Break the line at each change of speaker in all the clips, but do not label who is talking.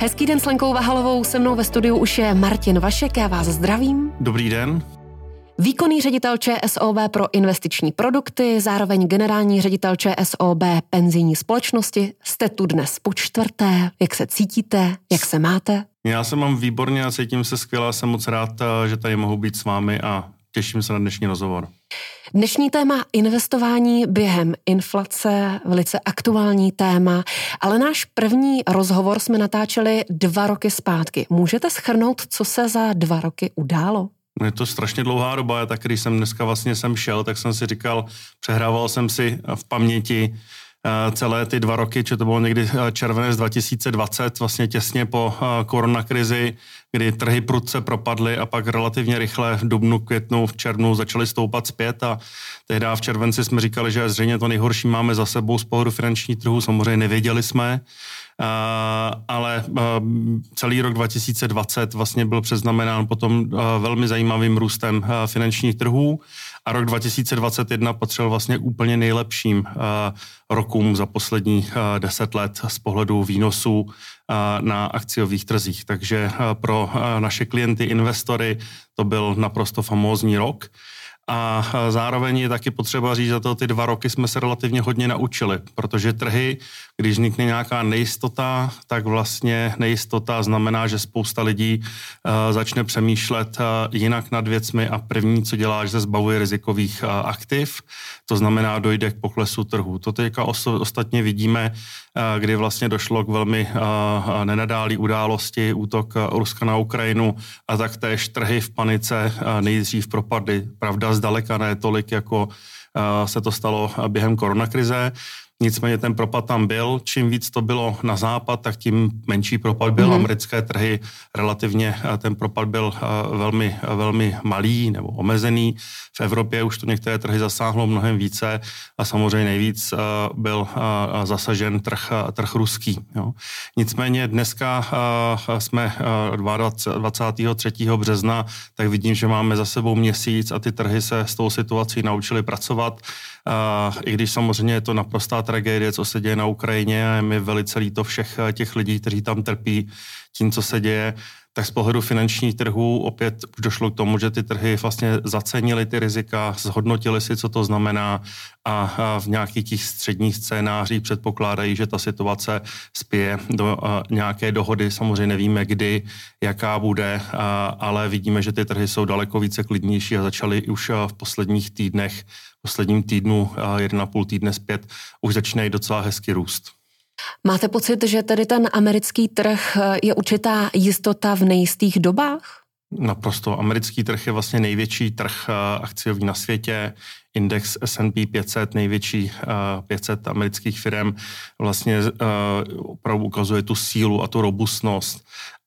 Hezký den s Lenkou Vahalovou, se mnou ve studiu už je Martin Vašek, já vás zdravím.
Dobrý den.
Výkonný ředitel ČSOB pro investiční produkty, zároveň generální ředitel ČSOB penzijní společnosti. Jste tu dnes po čtvrté, jak se cítíte, jak se máte?
Já se mám výborně a cítím se skvěle, jsem moc rád, že tady mohu být s vámi a těším se na dnešní rozhovor.
Dnešní téma investování během inflace, velice aktuální téma, ale náš první rozhovor jsme natáčeli 2 roky zpátky. Můžete shrnout, co se za 2 roky událo?
Je to strašně dlouhá doba, tak když jsem dneska vlastně sem šel, tak jsem si říkal, přehrával jsem si v paměti celé ty 2 roky, že to bylo někdy červenec 2020, vlastně těsně po koronakrizi, kdy trhy prudce propadly a pak relativně rychle v dubnu, květnu, v červnu začaly stoupat zpět a tehdy v červenci jsme říkali, že zřejmě to nejhorší máme za sebou z pohledu finančních trhů, samozřejmě nevěděli jsme, ale celý rok 2020 vlastně byl předznamenán potom velmi zajímavým růstem finančních trhů a rok 2021 patřil vlastně úplně nejlepším rokům za poslední 10 let z pohledu výnosů na akciových trzích. Takže pro naše klienty, investory to byl naprosto famózní rok. A zároveň je taky potřeba říct, že za ty 2 roky jsme se relativně hodně naučili, protože trhy, když vznikne nějaká nejistota, tak vlastně nejistota znamená, že spousta lidí začne přemýšlet jinak nad věcmi a první, co dělá, že se zbavuje rizikových aktiv, to znamená, dojde k poklesu trhu. To teďka ostatně vidíme, kdy vlastně došlo k velmi nenadálý události, útok Ruska na Ukrajinu a taktéž trhy v panice nejdřív propadly. Pravda, zdaleka ne tolik, jako se to stalo během koronakrize. Nicméně ten propad tam byl. Čím víc to bylo na západ, tak tím menší propad byl. Americké trhy relativně ten propad byl velmi, velmi malý nebo omezený. V Evropě už to některé trhy zasáhlo mnohem více a samozřejmě nejvíc byl zasažen trh ruský. Jo. Nicméně dneska jsme 23. března, tak vidím, že máme za sebou měsíc a ty trhy se s tou situací naučily pracovat. I když samozřejmě je to naprostá tragédie, co se děje na Ukrajině a je mi velice líto všech těch lidí, kteří tam trpí tím, co se děje, tak z pohledu finančních trhů opět už došlo k tomu, že ty trhy vlastně zacenily ty rizika, zhodnotili si, co to znamená a v nějakých těch středních scénářích předpokládají, že ta situace spěje do nějaké dohody. Samozřejmě nevíme kdy, jaká bude, ale vidíme, že ty trhy jsou daleko více klidnější a začaly už v posledním týdnu, 1,5 týdne zpět, už začínají docela hezky růst.
Máte pocit, že tedy ten americký trh je určitá jistota v nejistých dobách?
Naprosto. Americký trh je vlastně největší trh akciový na světě. Index S&P 500, největší 500 amerických firm, vlastně opravdu ukazuje tu sílu a tu robustnost.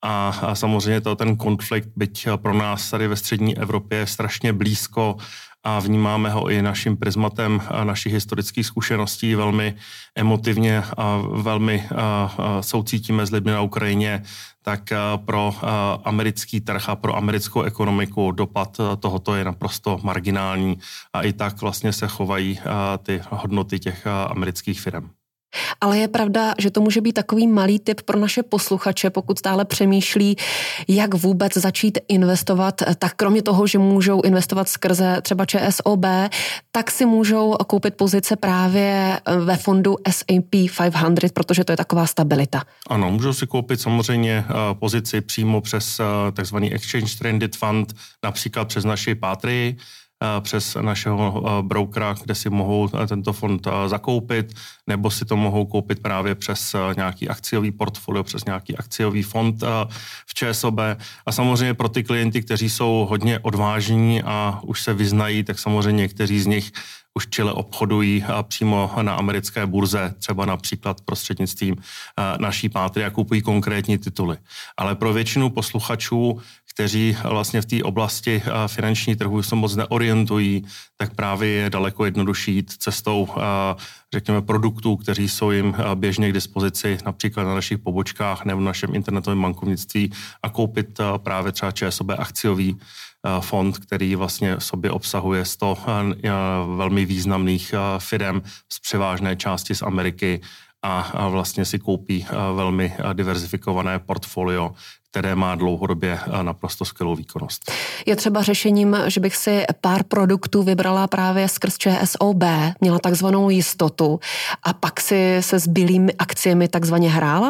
A samozřejmě ten konflikt, byť pro nás tady ve střední Evropě je strašně blízko a vnímáme ho i naším prismatem našich historických zkušeností velmi emotivně a velmi soucítíme s lidmi na Ukrajině, tak pro americký trh a pro americkou ekonomiku dopad tohoto je naprosto marginální a i tak vlastně se chovají ty hodnoty těch amerických firm.
Ale je pravda, že to může být takový malý tip pro naše posluchače, pokud stále přemýšlí, jak vůbec začít investovat, tak kromě toho, že můžou investovat skrze třeba ČSOB, tak si můžou koupit pozice právě ve fondu S&P 500, protože to je taková stabilita.
Ano, můžou si koupit samozřejmě pozici přímo přes takzvaný Exchange Traded Fund, například přes naši Patrii, přes našeho brokera, kde si mohou tento fond zakoupit, nebo si to mohou koupit právě přes nějaký akciový portfolio, přes nějaký akciový fond v ČSOB. A samozřejmě pro ty klienty, kteří jsou hodně odvážní a už se vyznají, tak samozřejmě někteří z nich už čile obchodují přímo na americké burze, třeba například prostřednictvím naší Patrie a kupují konkrétní tituly. Ale pro většinu posluchačů, kteří vlastně v té oblasti finanční trhu se moc neorientují, tak právě je daleko jednodušší jít cestou, řekněme, produktů, kteří jsou jim běžně k dispozici, například na našich pobočkách nebo v našem internetovém bankovnictví a koupit právě třeba ČSOB akciový fond, který vlastně v sobě obsahuje 100 velmi významných firem z převážné části z Ameriky a vlastně si koupí velmi diverzifikované portfolio, které má dlouhodobě naprosto skvělou výkonnost.
Je třeba řešením, že bych si pár produktů vybrala právě skrz ČSOB, měla takzvanou jistotu a pak si se zbylými akciemi takzvaně hrála?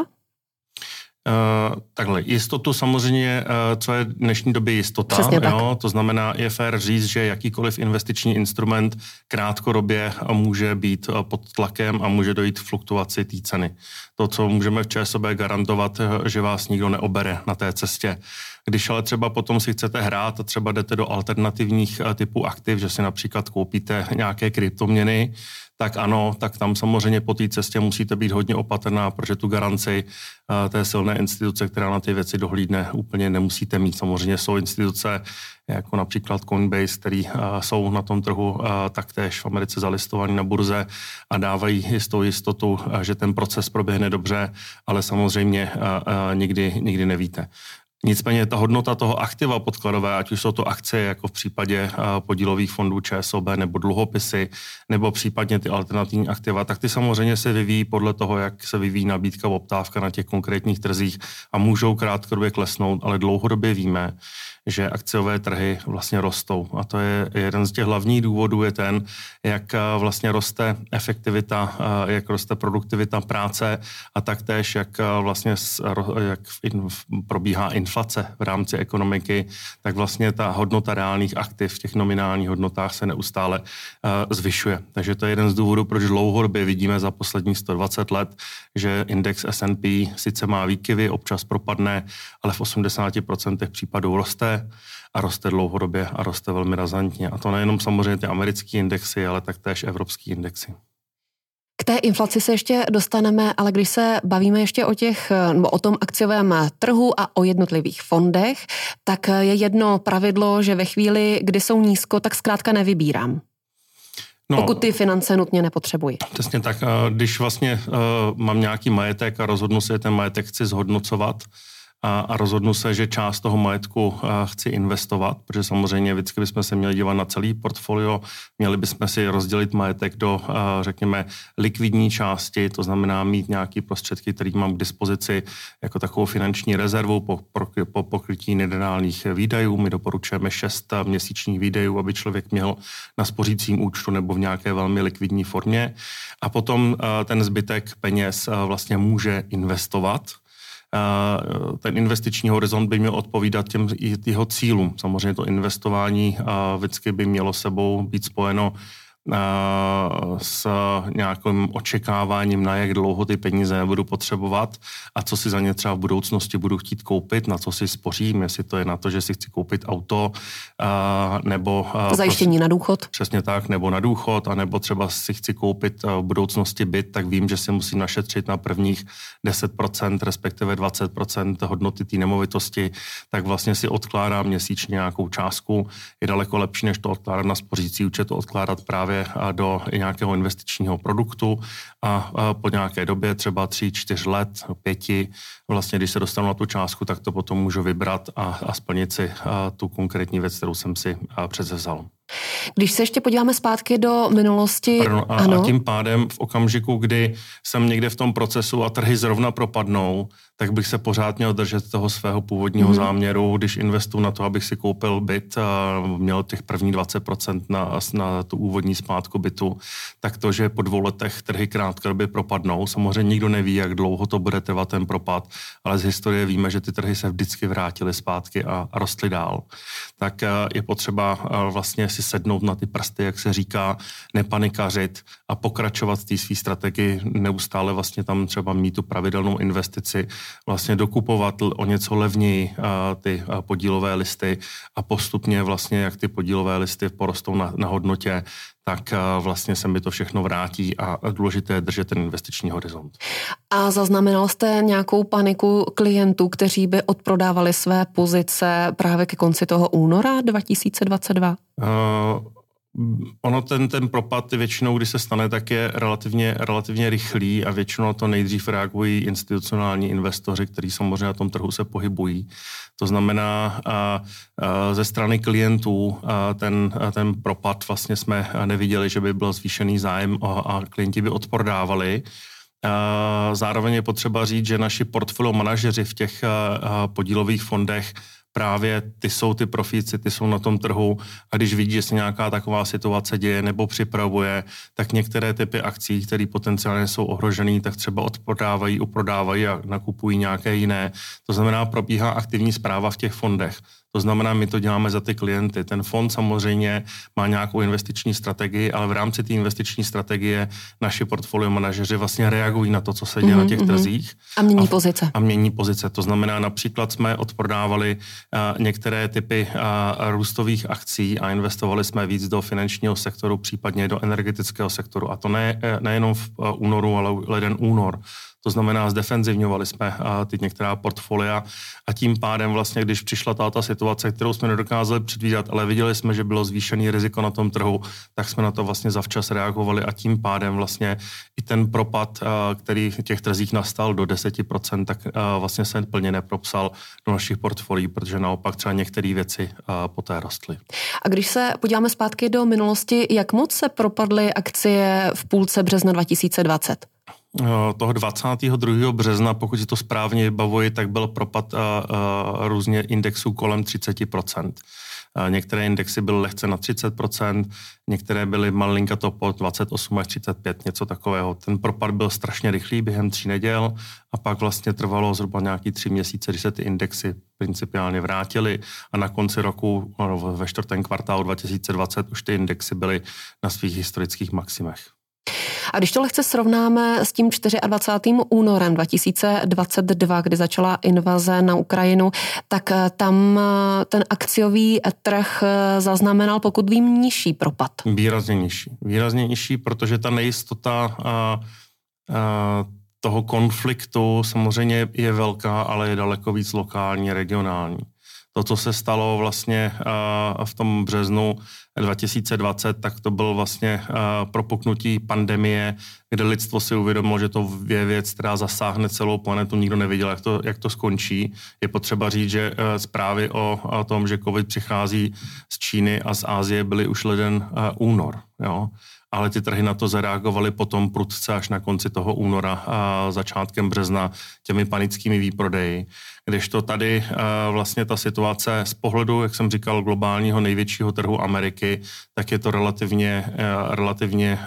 Takhle, jistotu samozřejmě, co je v dnešní době jistota, jo? To znamená, je fér říct, že jakýkoliv investiční instrument krátkodobě může být pod tlakem a může dojít k fluktuaci té ceny. To, co můžeme v ČSOB garantovat, že vás nikdo neobere na té cestě. Když ale třeba potom si chcete hrát a třeba jdete do alternativních typů aktiv, že si například koupíte nějaké kryptoměny, tak ano, tak tam samozřejmě po té cestě musíte být hodně opatrná, protože tu garanci té silné instituce, která na ty věci dohlídne, úplně nemusíte mít. Samozřejmě jsou instituce jako například Coinbase, který jsou na tom trhu taktéž v Americe zalistovaný na burze a dávají jistou jistotu, že ten proces proběhne dobře, ale samozřejmě nikdy nevíte. Nicméně ta hodnota toho aktiva podkladové, ať už jsou to akcie jako v případě podílových fondů ČSOB nebo dluhopisy, nebo případně ty alternativní aktiva, tak ty samozřejmě se vyvíjí podle toho, jak se vyvíjí nabídka, poptávka na těch konkrétních trzích a můžou krátkodobě klesnout, ale dlouhodobě víme, že akciové trhy vlastně rostou. A to je jeden z těch hlavních důvodů, je ten, jak vlastně roste efektivita, jak roste produktivita práce a taktéž, jak vlastně probíhá inflace v rámci ekonomiky, tak vlastně ta hodnota reálných aktiv v těch nominálních hodnotách se neustále zvyšuje. Takže to je jeden z důvodů, proč dlouhodobě vidíme za posledních 120 let, že index S&P sice má výkyvy, občas propadne, ale v 80% případů roste a roste dlouhodobě a roste velmi razantně. A to nejenom samozřejmě ty americké indexy, ale taktéž evropský indexy.
K té inflaci se ještě dostaneme, ale když se bavíme ještě o tom akciovém trhu a o jednotlivých fondech, tak je jedno pravidlo, že ve chvíli, kdy jsou nízko, tak zkrátka nevybírám. No, pokud ty finance nutně nepotřebuji.
Přesně tak. Když vlastně mám nějaký majetek a rozhodnu se, že ten majetek chci zhodnocovat, a rozhodnu se, že část toho majetku chci investovat, protože samozřejmě vždycky bychom se měli dívat na celý portfolio, měli bychom si rozdělit majetek do, řekněme, likvidní části, to znamená mít nějaké prostředky, které mám k dispozici jako takovou finanční rezervu po pokrytí nereálných výdajů. My doporučujeme 6 měsíčních výdajů, aby člověk měl na spořícím účtu nebo v nějaké velmi likvidní formě. A potom ten zbytek peněz vlastně může investovat. Ten investiční horizont by měl odpovídat těm jeho cílům. Samozřejmě to investování vždycky by mělo sebou být spojeno s nějakým očekáváním, na jak dlouho ty peníze budu potřebovat a co si za ně třeba v budoucnosti budu chtít koupit, na co si spořím, jestli to je na to, že si chci koupit auto, nebo
zajištění na důchod.
Přesně tak, nebo na důchod, anebo třeba si chci koupit v budoucnosti byt, tak vím, že si musím našetřit na prvních 10%, respektive 20% hodnoty té nemovitosti, tak vlastně si odkládám měsíčně nějakou částku. Je daleko lepší, než to odkládat na spořící účet, to odkládat právě do nějakého investičního produktu a po nějaké době, třeba 3-4 let, 5, vlastně když se dostanu na tu částku, tak to potom můžu vybrat a splnit si tu konkrétní věc, kterou jsem si předsevzal.
Když se ještě podíváme zpátky do minulosti...
A tím pádem v okamžiku, kdy jsem někde v tom procesu a trhy zrovna propadnou, tak bych se pořád měl držet toho svého původního záměru, když investuju na to, abych si koupil byt, měl těch první 20% na tu úvodní splátku bytu, tak to, že po 2 letech trhy krátkodobě propadnou, samozřejmě nikdo neví, jak dlouho to bude trvat ten propad, ale z historie víme, že ty trhy se vždycky vrátily zpátky a rostly dál. Tak je potřeba vlastně si sednout na ty prsty, jak se říká, nepanikařit a pokračovat v té své strategii, neustále vlastně tam třeba mít tu pravidelnou investici, vlastně dokupovat o něco levněji ty podílové listy a postupně vlastně, jak ty podílové listy porostou na hodnotě, tak vlastně se mi to všechno vrátí a důležité je držet ten investiční horizont.
A zaznamenal jste nějakou paniku klientů, kteří by odprodávali své pozice právě ke konci toho února 2022?
Ono ten propad většinou, když se stane, tak je relativně rychlý a většinou to nejdřív reagují institucionální investoři, kteří samozřejmě na tom trhu se pohybují. To znamená, ze strany klientů ten propad vlastně jsme neviděli, že by byl zvýšený zájem a klienti by odprodávali. Zároveň je potřeba říct, že naši portfolio manažeři v těch podílových fondech právě ty jsou ty profíci, ty jsou na tom trhu a když vidí, že se nějaká taková situace děje nebo připravuje, tak některé typy akcí, které potenciálně jsou ohrožené, tak třeba odprodávají, uprodávají a nakupují nějaké jiné. To znamená, probíhá aktivní správa v těch fondech. To znamená, my to děláme za ty klienty. Ten fond samozřejmě má nějakou investiční strategii, ale v rámci té investiční strategie naši portfolio manažeři vlastně reagují na to, co se děje na těch trzích.
A mění pozice.
A mění pozice. To znamená, například jsme odprodávali některé typy růstových akcí a investovali jsme víc do finančního sektoru, případně do energetického sektoru. A to nejenom v únoru, ale leden únor. To znamená, zdefenzivňovali jsme ty některá portfolia a tím pádem vlastně, když přišla ta situace, kterou jsme nedokázali předvídat, ale viděli jsme, že bylo zvýšené riziko na tom trhu, tak jsme na to vlastně zavčas reagovali a tím pádem vlastně i ten propad, který v těch trzích nastal do 10%, tak vlastně se plně nepropsal do našich portfolií, protože naopak třeba některé věci poté rostly.
A když se podíváme zpátky do minulosti, jak moc se propadly akcie v půlce března 2020?
Toho 22. března, pokud si to správně vybavuji, tak byl propad různě indexů kolem 30%. Některé indexy byly lehce na 30%, některé byly malinka to pod 28 až 35, něco takového. Ten propad byl strašně rychlý během 3 neděl a pak vlastně trvalo zhruba nějaký 3 měsíce, když se ty indexy principiálně vrátily a na konci roku, ve 4. kvartálu 2020, už ty indexy byly na svých historických maximech.
A když to lehce srovnáme s tím 24. únorem 2022, kdy začala invaze na Ukrajinu, tak tam ten akciový trh zaznamenal, pokud vím, nižší propad.
Výrazně nižší, protože ta nejistota toho konfliktu samozřejmě je velká, ale je daleko víc lokální, regionální. To, co se stalo vlastně v tom březnu 2020, tak to bylo vlastně propuknutí pandemie, kde lidstvo si uvědomilo, že to je věc, která zasáhne celou planetu, nikdo nevěděl, jak to skončí. Je potřeba říct, že zprávy o tom, že covid přichází z Číny a z Asie, byly už leden únor. Jo? Ale ty trhy na to zareagovaly potom prudce až na konci toho února a začátkem března těmi panickými výprodeji. Kdežto tady vlastně ta situace z pohledu, jak jsem říkal, globálního největšího trhu Ameriky, tak je to relativně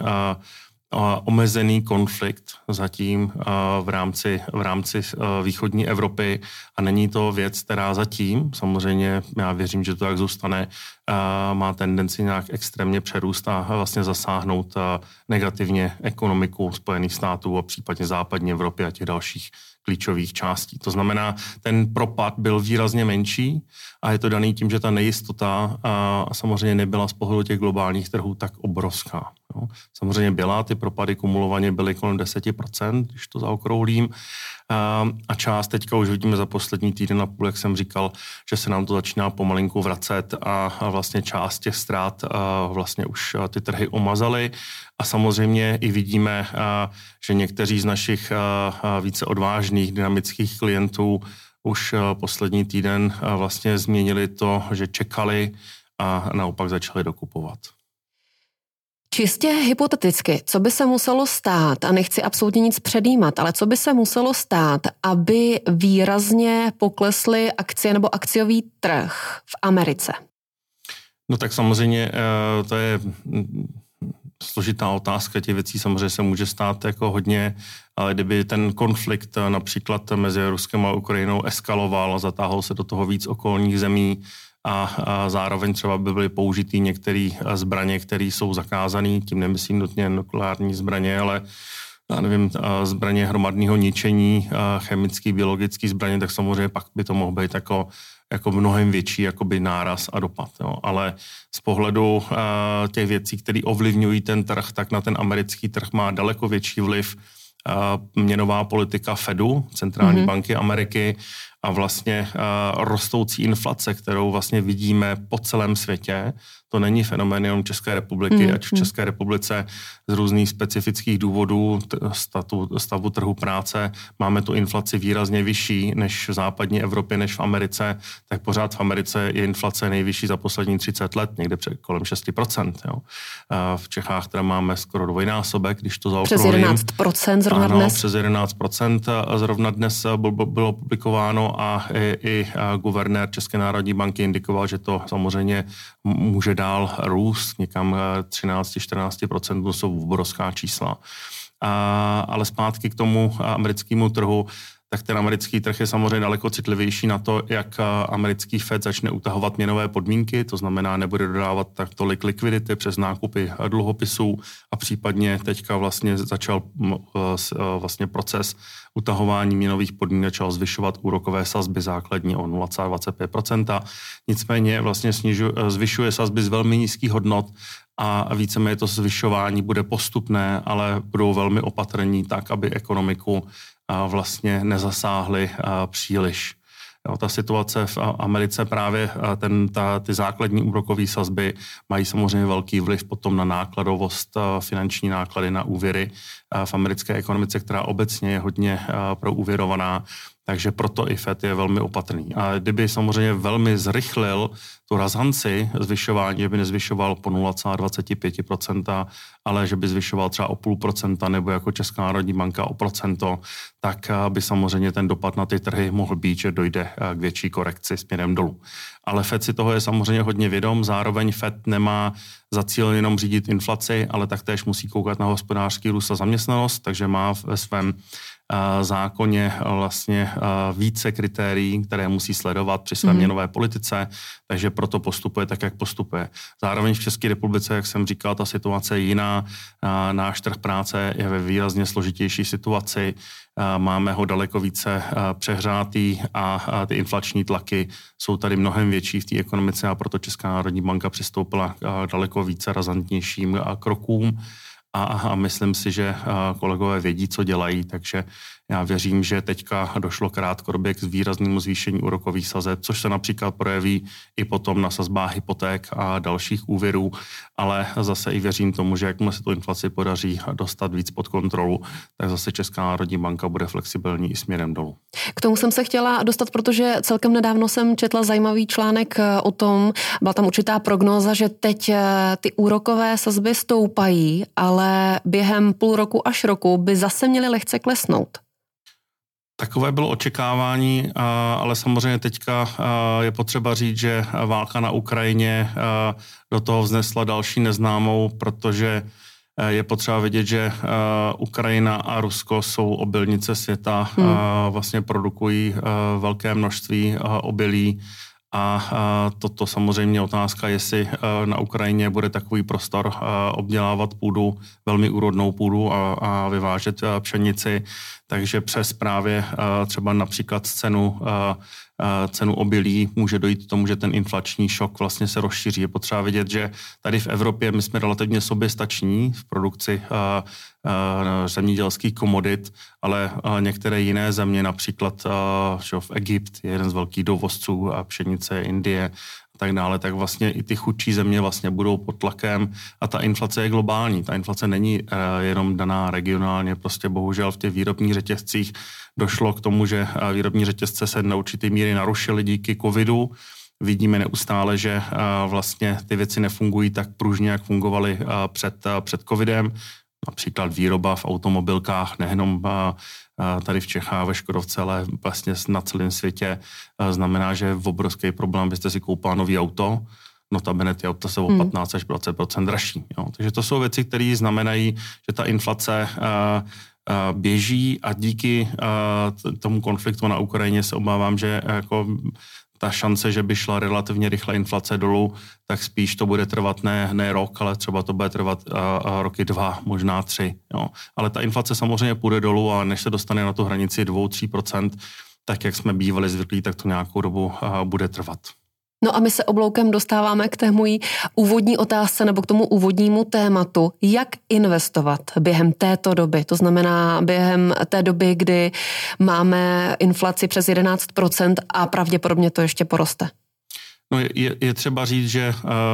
omezený konflikt zatím v rámci východní Evropy a není to věc, která zatím, samozřejmě já věřím, že to tak zůstane, má tendenci nějak extrémně přerůst a vlastně zasáhnout negativně ekonomiku Spojených států a případně západní Evropy a těch dalších klíčových částí. To znamená, ten propad byl výrazně menší a je to daný tím, že ta nejistota samozřejmě nebyla z pohledu těch globálních trhů tak obrovská. Jo. Samozřejmě byla, ty propady kumulovaně byly kolem 10%, když to zaokrouhlím. A část teďka už vidíme za poslední týden a půl, jak jsem říkal, že se nám to začíná pomalinku vracet a vlastně část těch ztrát vlastně už ty trhy umazaly. A samozřejmě i vidíme, že někteří z našich více odvážných dynamických klientů už poslední týden vlastně změnili to, že čekali a naopak začali dokupovat.
Čistě hypoteticky, co by se muselo stát, a nechci absolutně nic předjímat, ale co by se muselo stát, aby výrazně poklesly akcie nebo akciový trh v Americe?
No tak samozřejmě to je složitá otázka, těch věcí samozřejmě se může stát jako hodně, ale kdyby ten konflikt například mezi Ruskem a Ukrajinou eskaloval, zatáhl se do toho víc okolních zemí, a zároveň třeba by byly použitý některé zbraně, které jsou zakázané, tím nemyslím nutně nukleární zbraně, ale já nevím, zbraně hromadného ničení, chemický, biologický zbraně, tak samozřejmě pak by to mohlo být jako mnohem větší jakoby náraz a dopad. Jo. Ale z pohledu těch věcí, které ovlivňují ten trh, tak na ten americký trh má daleko větší vliv měnová politika Fedu, centrální banky Ameriky, a vlastně rostoucí inflace, kterou vlastně vidíme po celém světě, to není fenomén jenom České republiky, ať v České republice z různých specifických důvodů stavu trhu práce máme tu inflaci výrazně vyšší než v západní Evropě, než v Americe, tak pořád v Americe je inflace nejvyšší za poslední 30 let, někde kolem 6%. Jo. V Čechách teda máme skoro dvojnásobek, když to zaokrouhlím.
Přes 11% zrovna
ano,
dnes.
Přes 11% zrovna dnes bylo publikováno a i guvernér České národní banky indikoval, že to samozřejmě může dál růst, někam 13-14%, to jsou obrovská čísla. Ale zpátky k tomu americkému trhu, tak ten americký trh je samozřejmě daleko citlivější na to, jak americký Fed začne utahovat měnové podmínky, to znamená, nebude dodávat tak tolik likvidity přes nákupy dluhopisů a případně teďka vlastně začal vlastně proces utahování měnových podmínek, začal zvyšovat úrokové sazby základní o 0,25%. Nicméně vlastně zvyšuje sazby z velmi nízkých hodnot a víceméně to zvyšování bude postupné, ale budou velmi opatrní tak, aby ekonomiku vlastně nezasáhly příliš. Jo, ta situace v Americe právě ty základní úrokové sazby mají samozřejmě velký vliv potom na nákladovost, finanční náklady na úvěry v americké ekonomice, která obecně je hodně proúvěrovaná, takže proto i Fed je velmi opatrný. A kdyby samozřejmě velmi zrychlil tu razanci zvyšování, že by nezvyšoval po 0,25%, ale že by zvyšoval třeba o 0,5% nebo jako Česká národní banka o procento, tak by samozřejmě ten dopad na ty trhy mohl být, že dojde k větší korekci směrem dolů. Ale Fed si toho je samozřejmě hodně vědom, zároveň Fed nemá za cíl jenom řídit inflaci, ale taktéž musí koukat na hospodářský růst a zaměstnanost, takže má ve svém zákoně vlastně více kritérií, které musí sledovat při své měnové politice, takže proto postupuje tak, jak postupuje. Zároveň v České republice, jak jsem říkal, ta situace je jiná. Náš trh práce je ve výrazně složitější situaci. Máme ho daleko více přehřátý a ty inflační tlaky jsou tady mnohem větší v té ekonomice a proto Česká národní banka přistoupila k daleko více razantnějším krokům. A myslím si, že kolegové vědí, co dělají, takže já věřím, že teďka došlo krátkodobě k výraznému zvýšení úrokových sazeb, což se například projeví i potom na sazbách hypoték a dalších úvěrů, ale zase i věřím tomu, že jakmile se tu inflaci podaří dostat víc pod kontrolu, tak zase Česká národní banka bude flexibilní i směrem dolů.
K tomu jsem se chtěla dostat, protože celkem nedávno jsem četla zajímavý článek o tom, byla tam určitá prognóza, že teď ty úrokové sazby stoupají, ale během půl roku až roku by zase měly lehce klesnout.
Takové bylo očekávání, ale samozřejmě teďka je potřeba říct, že válka na Ukrajině do toho vznesla další neznámou, protože je potřeba vidět, že Ukrajina a Rusko jsou obilnice světa, vlastně produkují velké množství obilí a toto samozřejmě otázka, jestli na Ukrajině bude takový prostor obdělávat půdu, velmi úrodnou půdu a vyvážet pšenici, takže přes právě třeba například cenu obilí může dojít k tomu, že ten inflační šok vlastně se rozšíří. Je potřeba vidět, že tady v Evropě my jsme relativně soběstační v produkci zemědělských komodit, ale některé jiné země, například v Egypt je jeden z velkých dovozců pšenice, Indie a tak dále, tak vlastně i ty chudší země vlastně budou pod tlakem a ta inflace je globální. Ta inflace není jenom daná regionálně, prostě bohužel v těch výrobních řetězcích došlo k tomu, že výrobní řetězce se na určitý míry narušily díky covidu. Vidíme neustále, že vlastně ty věci nefungují tak pružně, jak fungovaly před covidem. Například výroba v automobilkách, nejenom tady v Čechách, ve Škodovce, ale vlastně na celém světě znamená, že je obrovský problém, byste si koupil nový auto, notabene ty auta jsou o 15 až 20% dražší. Jo. Takže to jsou věci, které znamenají, že ta inflace běží a díky tomu konfliktu na Ukrajině se obávám, že jako ta šance, že by šla relativně rychle inflace dolů, tak spíš to bude trvat ne rok, ale třeba to bude trvat roky 2, možná 3. Jo. Ale ta inflace samozřejmě půjde dolů a než se dostane na tu hranici 2-3%, tak jak jsme bývali zvyklí, tak to nějakou dobu bude trvat.
No a my se obloukem dostáváme k té mojí úvodní otázce nebo k tomu úvodnímu tématu. Jak investovat během této doby? To znamená během té doby, kdy máme inflaci přes 11% a pravděpodobně to ještě poroste.
No je třeba říct, že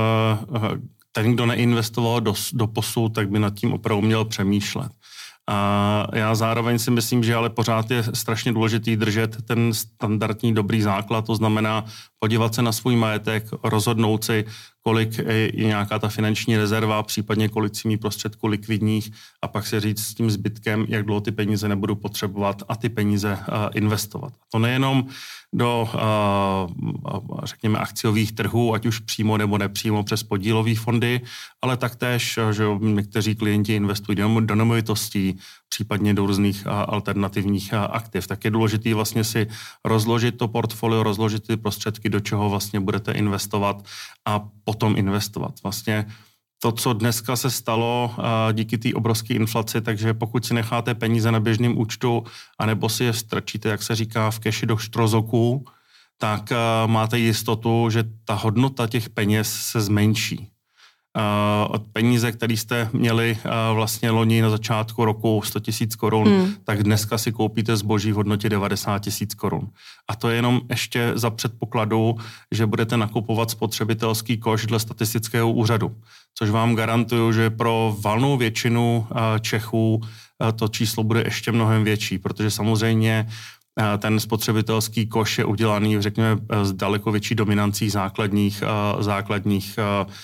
ten, kdo neinvestoval do posud, tak by nad tím opravdu měl přemýšlet. A já zároveň si myslím, že ale pořád je strašně důležitý držet ten standardní dobrý základ, to znamená podívat se na svůj majetek, rozhodnout si, kolik je nějaká ta finanční rezerva, případně kolik si mít prostředků likvidních a pak si říct s tím zbytkem, jak dlouho ty peníze nebudu potřebovat a ty peníze investovat. To nejenom do, řekněme, akciových trhů, ať už přímo nebo nepřímo přes podílové fondy, ale taktéž, že někteří klienti investují do nemovitostí, případně do různých alternativních aktiv. Tak je důležité vlastně si rozložit to portfolio, rozložit ty prostředky, do čeho vlastně budete investovat a potom investovat. Vlastně to, co dneska se stalo díky té obrovské inflaci, takže pokud si necháte peníze na běžném účtu, anebo si je strčíte, jak se říká, v keši do štrozoků, tak máte jistotu, že ta hodnota těch peněz se zmenší. Od peníze, které jste měli vlastně loni na začátku roku 100 000 korun, tak dneska si koupíte zboží v hodnotě 90 000 korun. A to je jenom ještě za předpokladu, že budete nakupovat spotřebitelský koš dle statistického úřadu. Což vám garantuju, že pro valnou většinu Čechů to číslo bude ještě mnohem větší, protože samozřejmě ten spotřebitelský koš je udělaný, řekněme, s daleko větší dominancí základních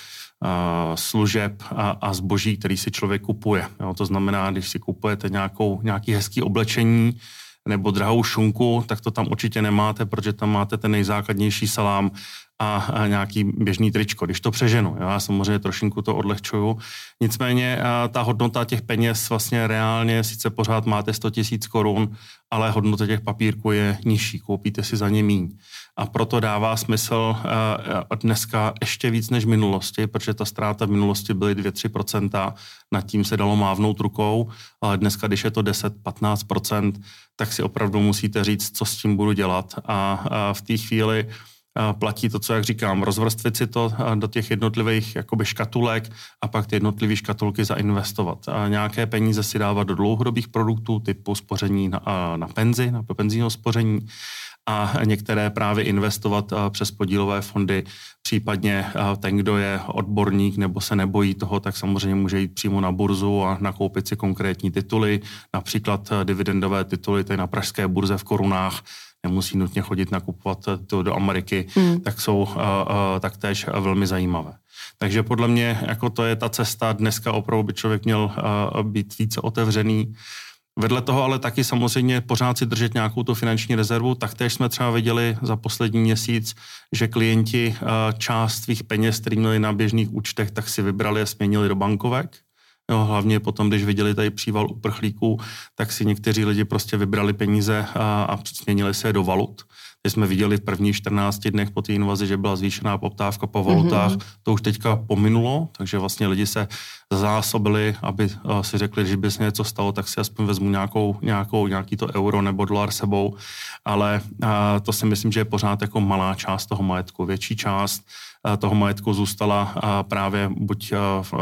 služeb a zboží, který si člověk kupuje. Jo, to znamená, když si kupujete nějaký hezký oblečení nebo drahou šunku, tak to tam určitě nemáte, protože tam máte ten nejzákladnější salám a nějaký běžný tričko, když to přeženu. Já samozřejmě trošinku to odlehčuju. Nicméně ta hodnota těch peněz vlastně reálně, sice pořád máte 100 000 korun, ale hodnota těch papírků je nižší, koupíte si za ně míň. A proto dává smysl dneska ještě víc než v minulosti, protože ta ztráta v minulosti byly 2-3%, nad tím se dalo mávnout rukou, ale dneska, když je to 10-15%, tak si opravdu musíte říct, co s tím budu dělat. A v té chvíli platí to, co jak říkám, rozvrstvit si to do těch jednotlivých jakoby škatulek a pak ty jednotlivé škatulky zainvestovat. A nějaké peníze si dávat do dlouhodobých produktů typu spoření na penzi, na penzijního spoření a některé právě investovat přes podílové fondy. Případně ten, kdo je odborník nebo se nebojí toho, tak samozřejmě může jít přímo na burzu a nakoupit si konkrétní tituly, například dividendové tituly, tady na pražské burze v korunách, nemusí nutně chodit nakupovat to do Ameriky, tak jsou taktéž velmi zajímavé. Takže podle mě jako to je ta cesta, dneska opravdu by člověk měl být více otevřený. Vedle toho ale taky samozřejmě pořád si držet nějakou tu finanční rezervu, taktéž jsme třeba viděli za poslední měsíc, že klienti část svých peněz, které měli na běžných účtech, tak si vybrali a směnili do bankovek. Jo, hlavně potom, když viděli tady příval uprchlíků, tak si někteří lidi prostě vybrali peníze a směnili se je do valut. Teď jsme viděli v prvních 14 dnech po té invazi, že byla zvýšená poptávka po valutách. To už teďka pominulo, takže vlastně lidi se zásobili, aby si řekli, že by se něco stalo, tak si aspoň vezmu nějaký to euro nebo dolar sebou. Ale to si myslím, že je pořád jako malá část toho majetku. Větší část toho majetku zůstala právě buď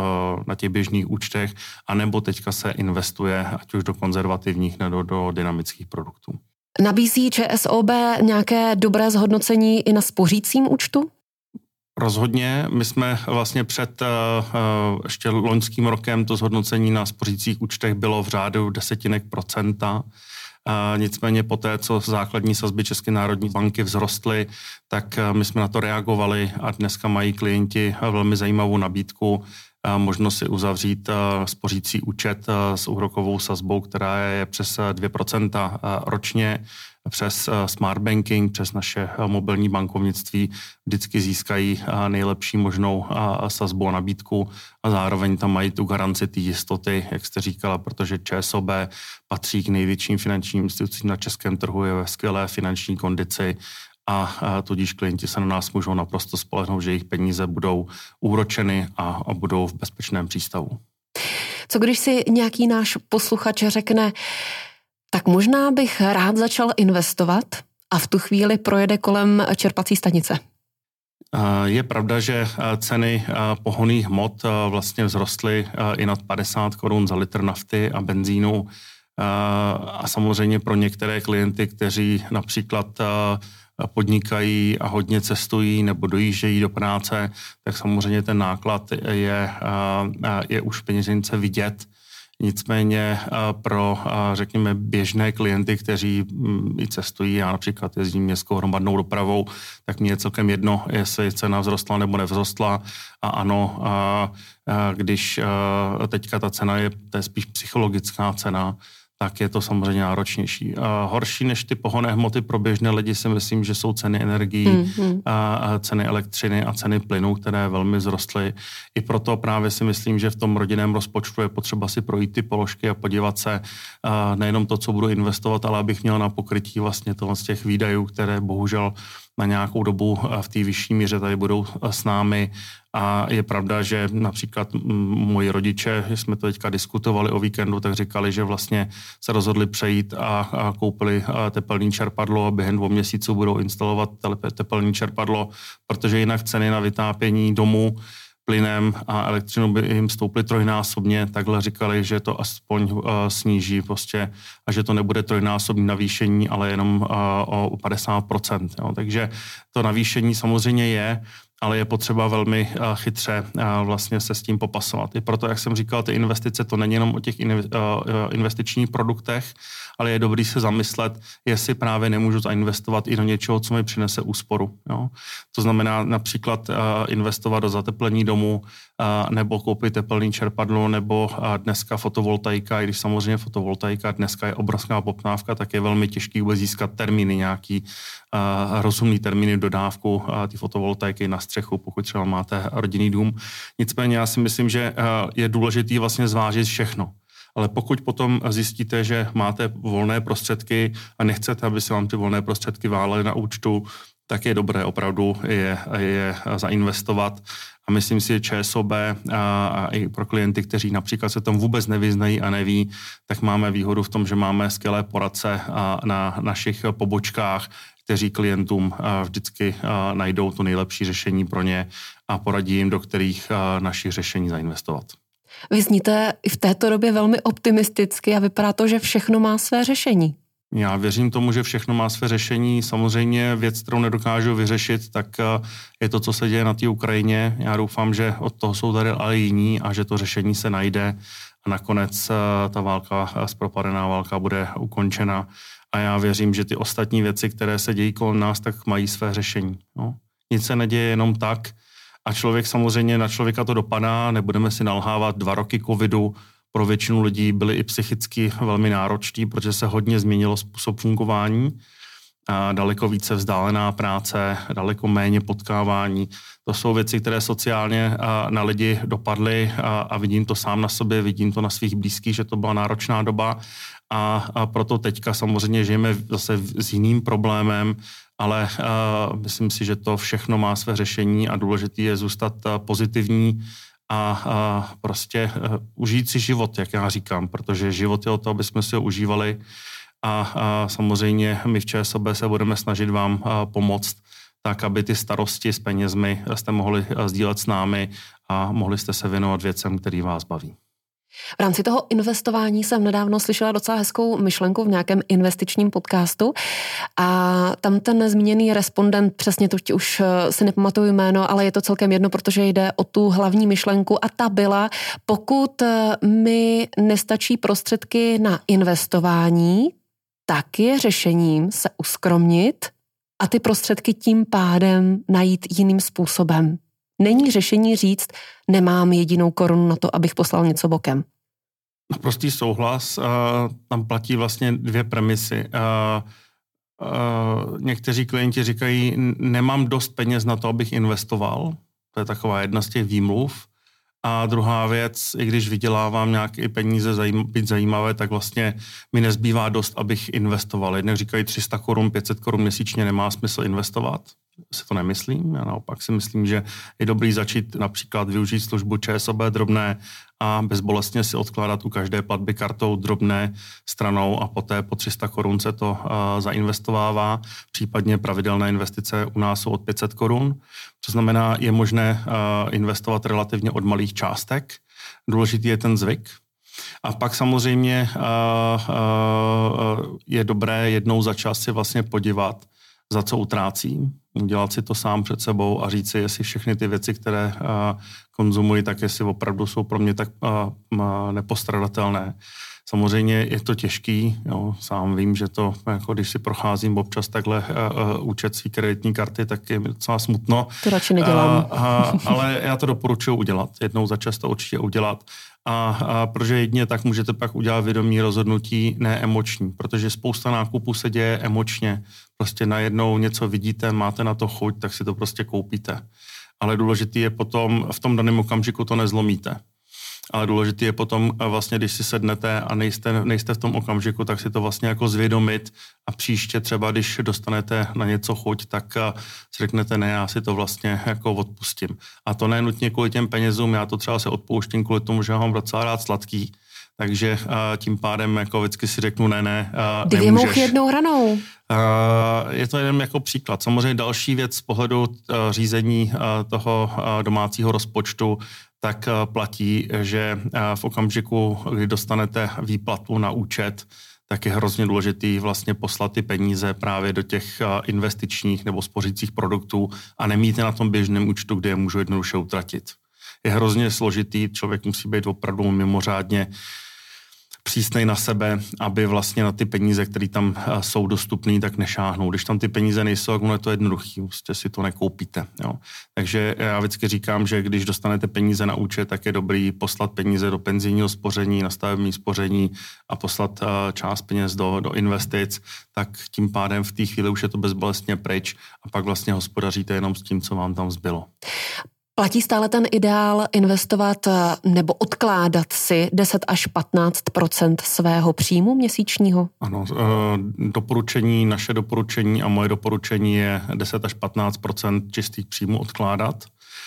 na těch běžných účtech, anebo teďka se investuje ať už do konzervativních nebo do dynamických produktů.
Nabízí ČSOB nějaké dobré zhodnocení i na spořícím účtu?
Rozhodně. My jsme vlastně před ještě loňským rokem to zhodnocení na spořících účtech bylo v řádu 0,1%. Nicméně poté, co základní sazby České národní banky vzrostly, tak my jsme na to reagovali a dneska mají klienti velmi zajímavou nabídku, možnost si uzavřít spořící účet s úrokovou sazbou, která je přes 2% ročně, přes smart banking, přes naše mobilní bankovnictví vždycky získají nejlepší možnou sazbu a nabídku a zároveň tam mají tu garanci té jistoty, jak jste říkala, protože ČSOB patří k největším finančním institucím na českém trhu, je ve skvělé finanční kondici a tudíž klienti se na nás můžou naprosto spolehnout, že jejich peníze budou úročeny a budou v bezpečném přístavu.
Co když si nějaký náš posluchač řekne, tak možná bych rád začal investovat a v tu chvíli projede kolem čerpací stanice?
Je pravda, že ceny pohonných hmot vlastně vzrostly i nad 50 korun za litr nafty a benzínu. A samozřejmě pro některé klienty, kteří například podnikají a hodně cestují nebo dojíždějí do práce, tak samozřejmě ten náklad je už v peněžence vidět. Nicméně pro, řekněme, běžné klienty, kteří i cestují, já například jezdím městskou hromadnou dopravou, tak mě je celkem jedno, jestli cena vzrostla nebo nevzrostla. A ano, když teďka ta cena to je spíš psychologická cena, tak je to samozřejmě náročnější. Horší než ty pohonné hmoty pro běžné lidi si myslím, že jsou ceny energií, ceny elektřiny a ceny plynu, které velmi vzrostly. I proto právě si myslím, že v tom rodinném rozpočtu je potřeba si projít ty položky a podívat se nejenom to, co budu investovat, ale abych měl na pokrytí vlastně toho z těch výdajů, které bohužel na nějakou dobu v té vyšší míře tady budou s námi. A je pravda, že například moji rodiče, jsme to teďka diskutovali o víkendu, tak říkali, že vlastně se rozhodli přejít a koupili tepelné čerpadlo a během 2 měsíců budou instalovat tepelné čerpadlo, protože jinak ceny na vytápění domu plynem a elektřinou by jim stouply trojnásobně, takhle říkali, že to aspoň sníží prostě a že to nebude trojnásobné navýšení, ale jenom o 50%. Jo. Takže to navýšení samozřejmě je, ale je potřeba velmi chytře vlastně se s tím popasovat. I proto, jak jsem říkal, ty investice, to není jenom o těch investičních produktech, ale je dobrý se zamyslet, jestli právě nemůžu zainvestovat i do něčeho, co mi přinese úsporu. Jo? To znamená například investovat do zateplení domu, nebo koupit tepelný čerpadlo, nebo dneska fotovoltaika, i když samozřejmě fotovoltaika dneska je obrovská poptávka, tak je velmi těžký vůbec získat termíny, nějaký rozumný termíny dodávku ty fotovoltaiky na střechu, pokud třeba máte rodinný dům. Nicméně já si myslím, že je důležitý vlastně zvážit všechno. Ale pokud potom zjistíte, že máte volné prostředky a nechcete, aby se vám ty volné prostředky válely na účtu, tak je dobré opravdu je zainvestovat. A myslím si, že ČSOB a i pro klienty, kteří například se tomu vůbec nevyznají a neví, tak máme výhodu v tom, že máme skvělé poradce na našich pobočkách, kteří klientům vždycky najdou to nejlepší řešení pro ně a poradí jim, do kterých našich řešení zainvestovat.
Vy zníte i v této době velmi optimisticky a vypadá to, že všechno má své řešení.
Já věřím tomu, že všechno má své řešení. Samozřejmě věc, kterou nedokážu vyřešit, tak je to, co se děje na té Ukrajině. Já doufám, že od toho jsou tady ale jiní a že to řešení se najde a nakonec ta válka, zpropadená válka bude ukončena. A já věřím, že ty ostatní věci, které se dějí kolem nás, tak mají své řešení. No. Nic se neděje jenom tak a člověk samozřejmě, na člověka to dopadá, nebudeme si nalhávat 2 roky covidu, pro většinu lidí byly i psychicky velmi náročný, protože se hodně změnilo způsob fungování. Daleko více vzdálená práce, daleko méně potkávání. To jsou věci, které sociálně na lidi dopadly a vidím to sám na sobě, vidím to na svých blízkých, že to byla náročná doba a proto teďka samozřejmě žijeme zase s jiným problémem, ale myslím si, že to všechno má své řešení a důležité je zůstat pozitivní a prostě užít si život, jak já říkám, protože život je o to, aby jsme si ho užívali a samozřejmě my v ČSOB se budeme snažit vám pomoct tak, aby ty starosti s penězmi jste mohli sdílet s námi a mohli jste se věnovat věcem, který vás baví.
V rámci toho investování jsem nedávno slyšela docela hezkou myšlenku v nějakém investičním podcastu a tam ten zmíněný respondent, přesně to už si nepamatuju jméno, ale je to celkem jedno, protože jde o tu hlavní myšlenku a ta byla, pokud mi nestačí prostředky na investování, tak je řešením se uskromnit a ty prostředky tím pádem najít jiným způsobem. Není řešení říct, nemám jedinou korunu na to, abych poslal něco bokem.
Naprostý souhlas. Tam platí vlastně 2 premisy. Někteří klienti říkají, nemám dost peněz na to, abych investoval. To je taková jedna z těch výmluv. A druhá věc, i když vydělávám nějaké peníze být zajímavé, tak vlastně mi nezbývá dost, abych investoval. Jednak říkají 300 korun, 500 korun měsíčně nemá smysl investovat. si to nemyslím. Já naopak si myslím, že je dobrý začít například využít službu ČSOB drobné a bezbolestně si odkládat u každé platby kartou drobné stranou a poté po 300 korun se to zainvestovává. Případně pravidelné investice u nás jsou od 500 korun. To znamená, je možné investovat relativně od malých částek. Důležitý je ten zvyk. A pak samozřejmě je dobré jednou za čas si vlastně podívat, za co utrácím, udělat si to sám před sebou a říct si, jestli všechny ty věci, které konzumuji, tak jestli opravdu jsou pro mě tak nepostradatelné. Samozřejmě je to těžký, jo, sám vím, že to, jako když si procházím občas takhle účet svý kreditní karty, tak je mi docela smutno.
To radši nedělám.
Ale já to doporučuji udělat, jednou za čas to určitě udělat. A protože jedině tak můžete pak udělat vědomí rozhodnutí, ne emoční, protože spousta nákupů se děje emočně. Prostě najednou něco vidíte, máte na to chuť, tak si to prostě koupíte. Ale důležitý je potom, v tom daném okamžiku to nezlomíte. Ale důležitý je potom vlastně, když si sednete a nejste v tom okamžiku, tak si to vlastně jako zvědomit a příště třeba, když dostanete na něco chuť, tak si řeknete, ne, já si to vlastně jako odpustím. A to ne nutně kvůli těm penězům, já to třeba se odpouštím kvůli tomu, že mám docela rád sladký, takže tím pádem jako vždycky si řeknu, ne,
dvě mouchy jednou ranou.
Je to jen jako příklad. Samozřejmě další věc z pohledu řízení toho domácího rozpočtu, tak platí, že v okamžiku, kdy dostanete výplatu na účet, tak je hrozně důležitý vlastně poslat ty peníze právě do těch investičních nebo spořících produktů a nemít je na tom běžném účtu, kde je můžu jednoduše utratit. Je hrozně složitý, člověk musí být opravdu mimořádně přísnej na sebe, aby vlastně na ty peníze, které tam jsou dostupné, tak nešáhnou. Když tam ty peníze nejsou, tak ono je to jednoduchý, prostě si to nekoupíte. Jo. Takže já vždycky říkám, že když dostanete peníze na účet, tak je dobrý poslat peníze do penzijního spoření, na stavební spoření a poslat část peněz do investic, tak tím pádem v té chvíli už je to bezbolestně pryč a pak vlastně hospodaříte jenom s tím, co vám tam zbylo.
Platí stále ten ideál investovat nebo odkládat si 10 až 15% svého příjmu měsíčního?
Ano, naše doporučení a moje doporučení je 10 až 15% čistých příjmů odkládat.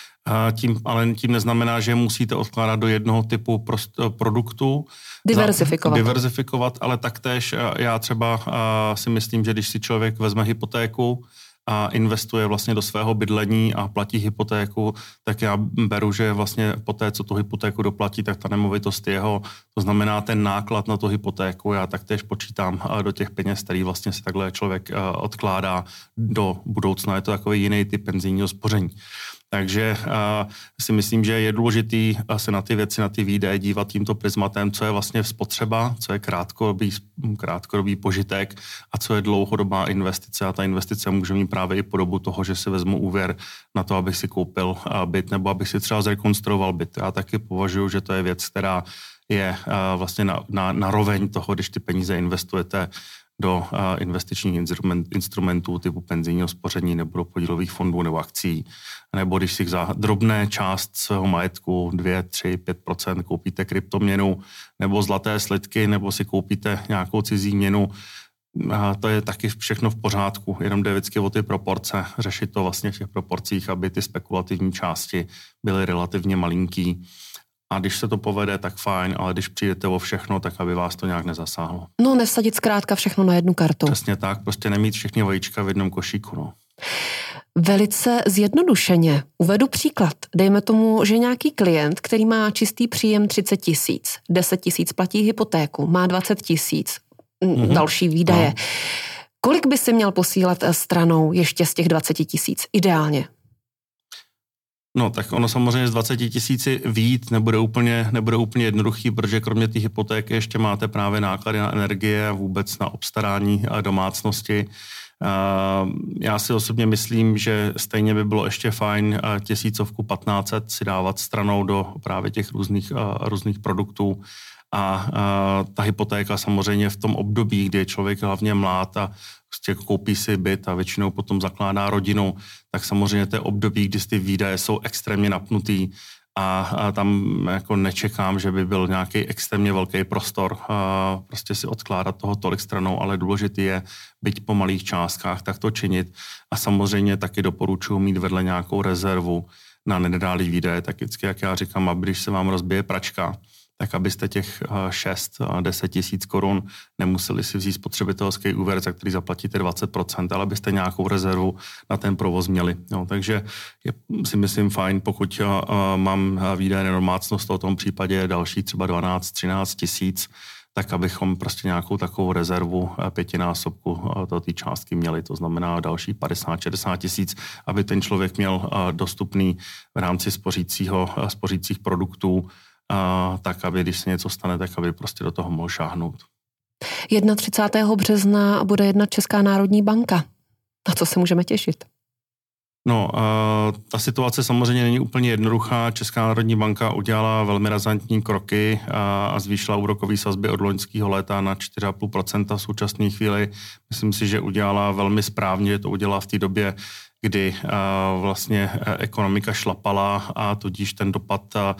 Ale tím neznamená, že musíte odkládat do jednoho typu produktu. Diverzifikovat, ale taktéž já třeba si myslím, že když si člověk vezme hypotéku, a investuje vlastně do svého bydlení a platí hypotéku, tak já beru, že vlastně po té, co tu hypotéku doplatí, tak ta nemovitost jeho, to znamená ten náklad na tu hypotéku, já taktéž počítám do těch peněz, který vlastně si takhle člověk odkládá do budoucna. Je to takový jiný typ penzijního spoření. Takže si myslím, že je důležitý se na ty věci, na ty výdaje dívat tímto prismatem, co je vlastně spotřeba, co je krátkodobý požitek a co je dlouhodobá investice. A ta investice může mít právě i podobu toho, že si vezmu úvěr na to, abych si koupil byt nebo abych si třeba zrekonstruoval byt. Já taky považuji, že to je věc, která je vlastně na roveň toho, když ty peníze investujete do investičních instrumentů typu penzijního spoření nebo do podílových fondů nebo akcí, nebo když si za drobné část svého majetku 2, 3, 5% koupíte kryptoměnu nebo zlaté slitky, nebo si koupíte nějakou cizí měnu, to je taky všechno v pořádku, jenom jde vždycky o ty proporce, řešit to vlastně v těch proporcích, aby ty spekulativní části byly relativně malinký. A když se to povede, tak fajn, ale když přijdete o všechno, tak aby vás to nějak nezasáhlo.
No, nesadit zkrátka všechno na jednu kartu.
Přesně tak, prostě nemít všechny vajíčka v jednom košíku, no.
Velice zjednodušeně uvedu příklad. Dejme tomu, že nějaký klient, který má čistý příjem 30 000, 10 000 platí hypotéku, má 20 000 další výdaje. No. Kolik by si měl posílat stranou ještě z těch 20 000 ideálně?
No, tak ono samozřejmě z 20 000 vyjít nebude úplně jednoduchý, protože kromě té hypotéky ještě máte právě náklady na energie a vůbec na obstarání domácnosti. Já si osobně myslím, že stejně by bylo ještě fajn 1500 si dávat stranou do právě těch různých produktů. A ta hypotéka samozřejmě v tom období, kdy je člověk hlavně mlád a prostě koupí si byt a většinou potom zakládá rodinu, tak samozřejmě to je období, kdy ty výdaje jsou extrémně napnutý a tam jako nečekám, že by byl nějaký extrémně velký prostor prostě si odkládat toho tolik stranou, ale důležité je byť po malých částkách tak to činit a samozřejmě taky doporučuji mít vedle nějakou rezervu na nenedálý výdaje, tak vždycky, jak já říkám, aby když se vám rozbije pračka, tak abyste těch 6-10 tisíc korun nemuseli si vzít spotřebitelský úvěr, za který zaplatíte 20%, ale abyste nějakou rezervu na ten provoz měli. No, takže je si myslím fajn, pokud mám výdaje na domácnost, v tom případě další třeba 12-13 tisíc, tak abychom prostě nějakou takovou rezervu 5násobku té částky měli. To znamená další 50-60 tisíc, aby ten člověk měl dostupný v rámci spořících produktů, tak aby, když se něco stane, tak aby prostě do toho mohl šáhnout.
31. března bude jednat Česká národní banka. Na co se můžeme těšit?
No, ta situace samozřejmě není úplně jednoduchá. Česká národní banka udělala velmi razantní kroky a zvýšila úrokové sazby od loňského léta na 4,5% v současné chvíli. Myslím si, že udělala velmi správně, že to udělala v té době, kdy vlastně ekonomika šlapala a tudíž ten dopad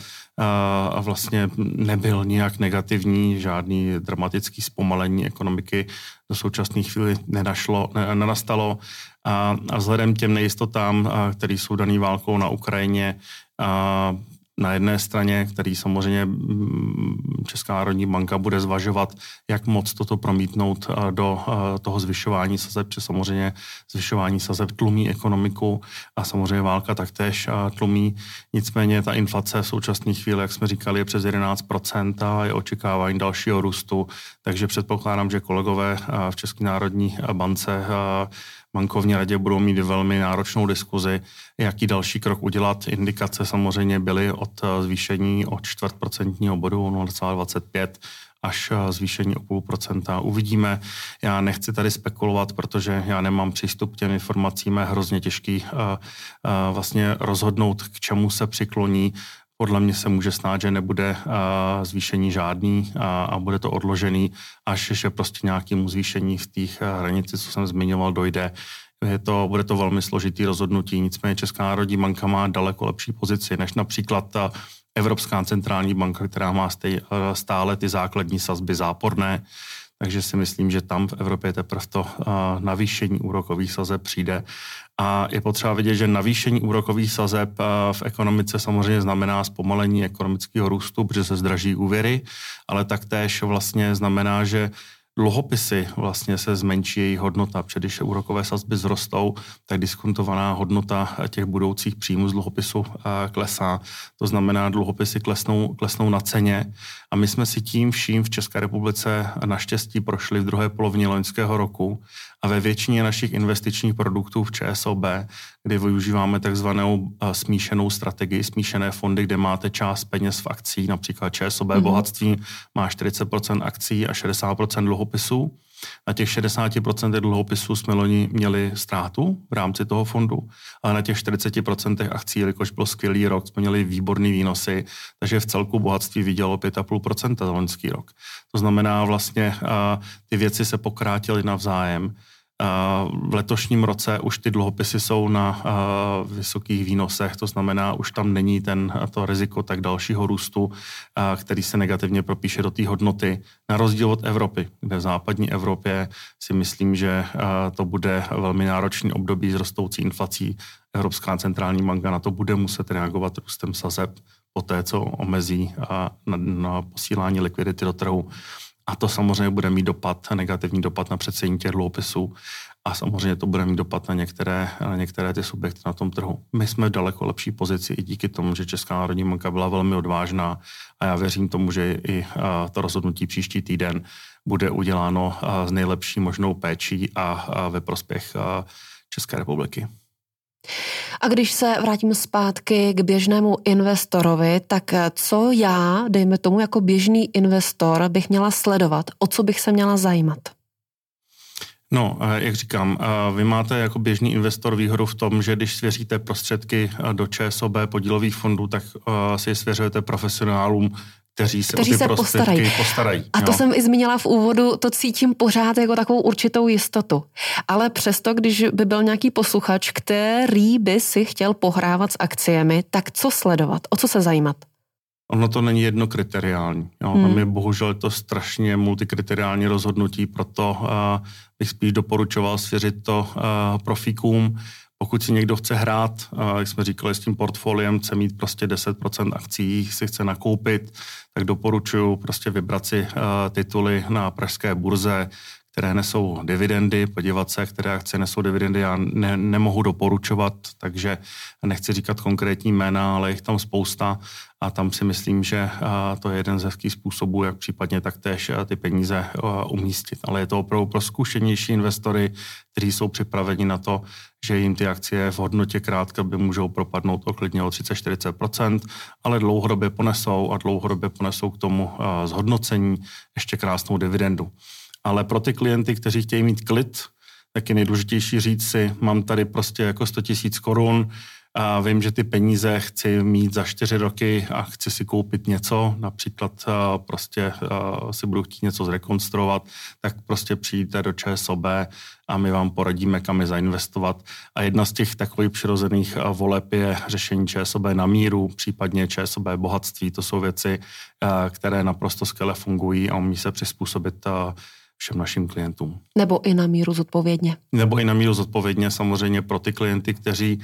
vlastně nebyl nijak negativní, žádný dramatický zpomalení ekonomiky do současné chvíli nenastalo. A vzhledem těm nejistotám, které jsou daný válkou na Ukrajině, na jedné straně, který samozřejmě Česká národní banka bude zvažovat, jak moc toto promítnout do toho zvyšování sazeb, protože samozřejmě zvyšování sazeb tlumí ekonomiku a samozřejmě válka taktéž tlumí. Nicméně ta inflace v současné chvíli, jak jsme říkali, je přes 11% a je očekávání dalšího růstu, takže předpokládám, že kolegové v České národní bance bankovní radě budou mít velmi náročnou diskuzi, jaký další krok udělat. Indikace samozřejmě byly od zvýšení o 4% bodu 0,25 až zvýšení o 0,5%. Uvidíme. Já nechci tady spekulovat, protože já nemám přístup k těm informacím. Je hrozně těžký vlastně rozhodnout, k čemu se přikloní. Podle mě se může stát, že nebude zvýšení žádný a bude to odložený, až že prostě nějakému zvýšení v té hranici, co jsem zmiňoval, dojde. Bude to velmi složitý rozhodnutí, nicméně Česká národní banka má daleko lepší pozici než například Evropská centrální banka, která má stále ty základní sazby záporné. Takže si myslím, že tam v Evropě teprve to navýšení úrokových sazeb přijde. A je potřeba vidět, že navýšení úrokových sazeb v ekonomice samozřejmě znamená zpomalení ekonomického růstu, protože se zdraží úvěry, ale taktéž vlastně znamená, že dluhopisy vlastně se zmenší jejich hodnota, protože když úrokové sazby vzrostou, tak diskontovaná hodnota těch budoucích příjmů z dluhopisu klesá. To znamená, dluhopisy klesnou na ceně a my jsme si tím vším v České republice naštěstí prošli v druhé polovině loňského roku a ve většině našich investičních produktů v ČSOB, kdy využíváme takzvanou smíšenou strategii, smíšené fondy, kde máte část peněz v akcí, například ČSOB bohatství má 40% akcí a 60% dluhopisů. Na těch 60% dluhopisů jsme loni měli ztrátu v rámci toho fondu, ale na těch 40% akcí, jelikož byl skvělý rok, jsme měli výborný výnosy, takže v celku bohatství vidělo 5,5% za loňský rok. To znamená vlastně, ty věci se pokrátily navzájem. V letošním roce už ty dluhopisy jsou na vysokých výnosech, to znamená, už tam není to riziko tak dalšího růstu, který se negativně propíše do té hodnoty, na rozdíl od Evropy, kde v západní Evropě si myslím, že to bude velmi náročný období s rostoucí inflací. Evropská centrální banka na to bude muset reagovat růstem sazeb po té, co omezí na posílání likvidity do trhu. A to samozřejmě bude mít negativní dopad na přecení těch dluhopisů a samozřejmě to bude mít dopad na některé ty subjekty na tom trhu. My jsme v daleko lepší pozici i díky tomu, že Česká národní banka byla velmi odvážná a já věřím tomu, že i to rozhodnutí příští týden bude uděláno s nejlepší možnou péčí a ve prospěch České republiky.
A když se vrátím zpátky k běžnému investorovi, tak co já, dejme tomu jako běžný investor, bych měla sledovat? O co bych se měla zajímat?
No, jak říkám, vy máte jako běžný investor výhodu v tom, že když svěříte prostředky do ČSOB podílových fondů, tak si je svěřujete profesionálům, kteří se o ty prostředky postarají.
A to jsem i zmínila v úvodu, to cítím pořád jako takovou určitou jistotu. Ale přesto, když by byl nějaký posluchač, který by si chtěl pohrávat s akciemi, tak co sledovat? O co se zajímat?
Ono to není jednokriteriální. Tam je bohužel to strašně multikriteriální rozhodnutí, proto bych spíš doporučoval svěřit to profíkům. Pokud si někdo chce hrát, jak jsme říkali, s tím portfoliem, chce mít prostě 10% akcí, si chce nakoupit, tak doporučuji prostě vybrat si tituly na pražské burze, které nesou dividendy, podívat se, které akcie nesou dividendy, já nemohu doporučovat, takže nechci říkat konkrétní jména, ale jich tam spousta a tam si myslím, že to je jeden ze hezkých způsobů, jak případně taktéž ty peníze umístit. Ale je to opravdu pro zkušenější investory, kteří jsou připraveni na to, že jim ty akcie v hodnotě krátkodobě můžou propadnout klidně o 30-40%, ale dlouhodobě ponesou k tomu zhodnocení ještě krásnou dividendu. Ale pro ty klienty, kteří chtějí mít klid, tak je nejdůležitější říct si, mám tady prostě jako 100 000 korun a vím, že ty peníze chci mít za 4 roky a chci si koupit něco, například prostě si budu chtít něco zrekonstruovat, tak prostě přijďte do ČSOB a my vám poradíme, kam je zainvestovat. A jedna z těch takových přirozených voleb je řešení ČSOB na míru, případně ČSOB bohatství. To jsou věci, které naprosto skvěle fungují a umí se přizpůsobit všem našim klientům.
Nebo i na míru zodpovědně. Samozřejmě pro ty klienty, kteří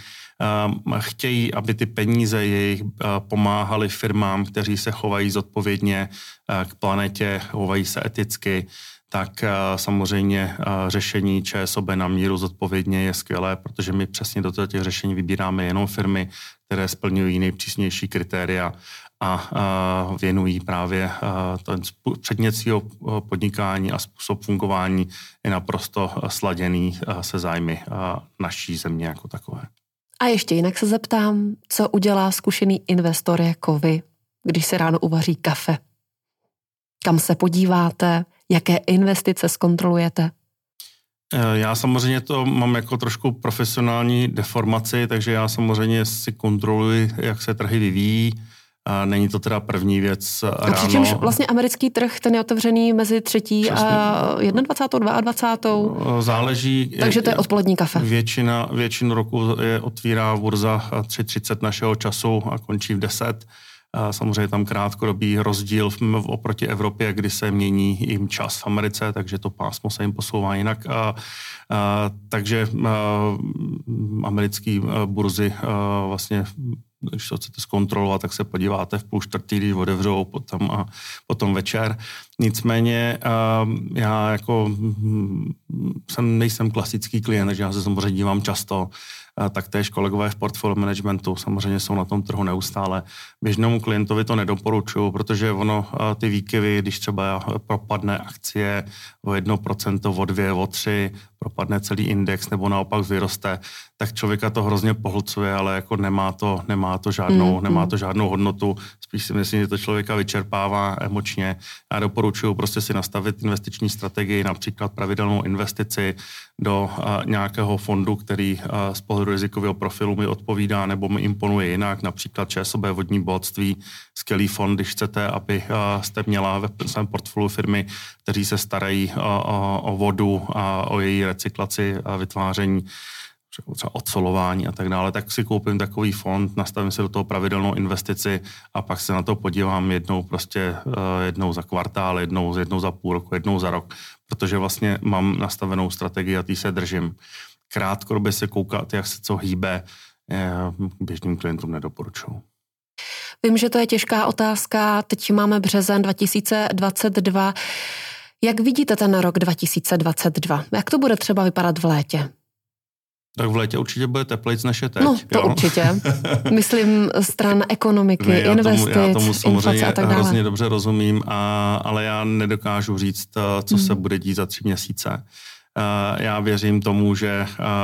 chtějí, aby ty peníze jejich pomáhaly firmám, kteří se chovají zodpovědně k planetě, chovají se eticky, tak samozřejmě řešení ČSOB na míru zodpovědně je skvělé, protože my přesně do těch řešení vybíráme jenom firmy, které splňují nejpřísnější kritéria a věnují právě ten předmět svého podnikání a způsob fungování je naprosto sladěný se zájmy naší země jako takové. A ještě jinak se zeptám, co udělá zkušený investor jako vy, když se ráno uvaří kafe? Kam se podíváte? Jaké investice zkontrolujete?
Já samozřejmě to mám jako trošku profesionální deformaci, takže já samozřejmě si kontroluji, jak se trhy vyvíjí. Není to teda první věc ráno.
A přičemž vlastně americký trh, ten je otevřený mezi 3. a 21. 22.
Záleží.
Takže to je odpolední kafe.
Většinu roku otvírá burza 3:30 našeho času a končí v 10. Samozřejmě tam krátkodobý rozdíl oproti Evropě, kdy se mění jim čas v Americe, takže to pásmo se jim posouvá jinak. Takže americké burzy vlastně, když to chcete zkontrolovat, tak se podíváte v 3:30, když otevřou potom večer. Nicméně já jako nejsem klasický klient, takže já se samozřejmě dívám často. Taktéž kolegové v portfolio managementu samozřejmě jsou na tom trhu neustále. Běžnému klientovi to nedoporučuju, protože ono ty výkyvy, když třeba propadne akcie o 1%, o 2%, o 3%, propadne celý index nebo naopak vyroste, tak člověka to hrozně pohlcuje, ale jako nemá to žádnou hodnotu. Spíš si myslím, že to člověka vyčerpává emočně. Já doporučuji prostě si nastavit investiční strategii, například pravidelnou investici do nějakého fondu, který z pohledu rizikového profilu mi odpovídá nebo mi imponuje jinak, například ČSOB vodní bohatství, skvělý fond, když chcete, aby jste měla ve svém portfoliu firmy, kteří se starají o vodu a o její recyklaci a vytváření, třeba odsolování a tak dále, tak si koupím takový fond, nastavím si do toho pravidelnou investici a pak se na to podívám jednou za kvartál, jednou za půl roku, jednou za rok, protože vlastně mám nastavenou strategii a tý se držím. Krátkodobě se koukat, jak se co hýbe, běžným klientům nedoporučuju.
Vím, že to je těžká otázka, teď máme březen 2022. Jak vidíte ten rok 2022? Jak to bude třeba vypadat v létě?
Tak v létě určitě bude teplejc než je teď.
No, to jo? Určitě. Myslím stran ekonomiky, investic,
já tomu samozřejmě
a tak dále.
Hrozně dobře rozumím, ale já nedokážu říct, co se bude dít za 3 měsíce. Já věřím tomu, že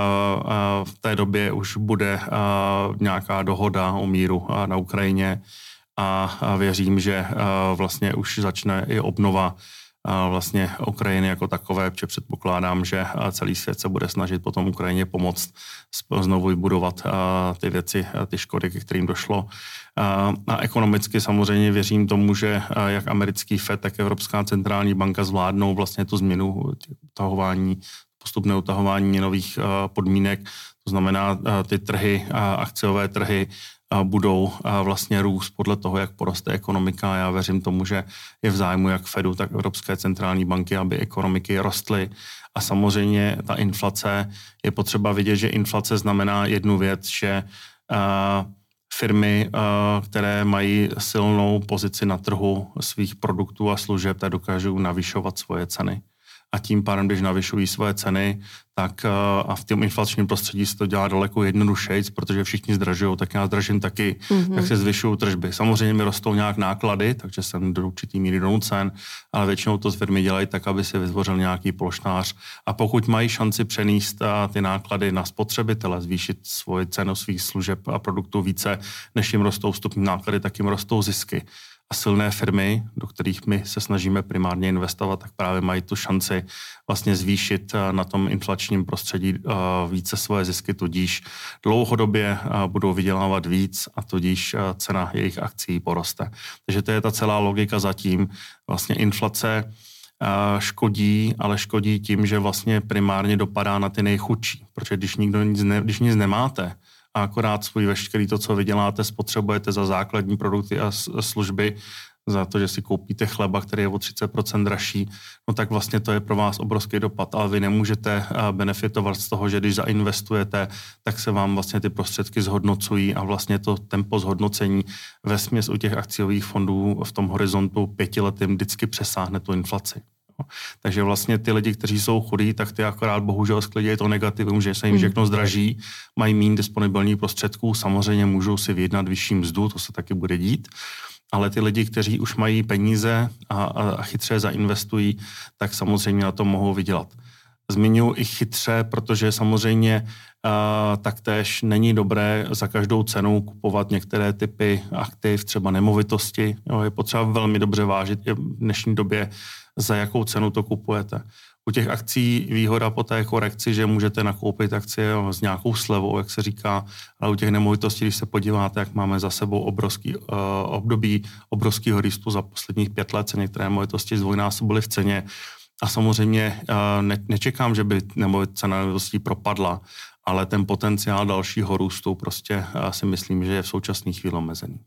v té době už bude nějaká dohoda o míru na Ukrajině a věřím, že vlastně už začne i obnova vlastně Ukrajiny jako takové, protože předpokládám, že celý svět se bude snažit potom Ukrajině pomoct znovu vybudovat ty věci, ty škody, ke kterým došlo. A ekonomicky samozřejmě věřím tomu, že jak americký FED, tak Evropská centrální banka zvládnou vlastně tu změnu postupné utahování měnových podmínek. To znamená, ty trhy, akciové trhy budou vlastně růst podle toho, jak poroste ekonomika. Já věřím tomu, že je v zájmu jak Fedu, tak Evropské centrální banky, aby ekonomiky rostly. A samozřejmě ta inflace, je potřeba vidět, že inflace znamená jednu věc, že firmy, které mají silnou pozici na trhu svých produktů a služeb, tak dokážou navyšovat svoje ceny. A tím pádem, když navyšují svoje ceny, tak a v tom inflačním prostředí se to dělá daleko jednodušejc, protože všichni zdražují, tak já zdražím taky, tak se zvyšují tržby. Samozřejmě mi rostou nějak náklady, takže jsem do určitý míry donucen, ale většinou to firmy dělají tak, aby se vytvořil nějaký polštář. A pokud mají šanci přenést ty náklady na spotřebitele, zvýšit svoji cenu svých služeb a produktů více, než jim rostou vstupní náklady, tak jim rostou zisky. A silné firmy, do kterých my se snažíme primárně investovat, tak právě mají tu šanci vlastně zvýšit na tom inflačním prostředí více svoje zisky, tudíž dlouhodobě budou vydělávat víc a tudíž cena jejich akcií poroste. Takže to je ta celá logika zatím. Vlastně inflace škodí, ale škodí tím, že vlastně primárně dopadá na ty nejchudší. Protože když nic nemáte, a akorát svůj veškerý to, co vyděláte, spotřebujete za základní produkty a služby, za to, že si koupíte chleba, který je o 30% dražší, no tak vlastně to je pro vás obrovský dopad, ale vy nemůžete benefitovat z toho, že když zainvestujete, tak se vám vlastně ty prostředky zhodnocují a vlastně to tempo zhodnocení vesměs u těch akciových fondů v tom horizontu 5 letým vždycky přesáhne tu inflaci. Takže vlastně ty lidi, kteří jsou chudí, tak ty akorát bohužel sklidějí to negativum, že se jim všechno zdraží, mají méně disponibilních prostředků, samozřejmě můžou si vyjednat vyšší mzdu, to se taky bude dít, ale ty lidi, kteří už mají peníze a chytře zainvestují, tak samozřejmě na to mohou vydělat. Zmiňuji i chytře, protože samozřejmě taktéž není dobré za každou cenu kupovat některé typy aktiv, třeba nemovitosti. Jo, je potřeba velmi dobře vážit v dnešní době, za jakou cenu to kupujete. U těch akcí výhoda po té korekci, že můžete nakoupit akcie s nějakou slevou, jak se říká, ale u těch nemovitostí, když se podíváte, jak máme za sebou obrovský období obrovského růstu za posledních 5 let, se některé nemovitosti zdvojnásobily v ceně. A samozřejmě nečekám, že by cena nemovitostí propadla, ale ten potenciál dalšího růstu prostě si myslím, že je v současné chvíli omezený.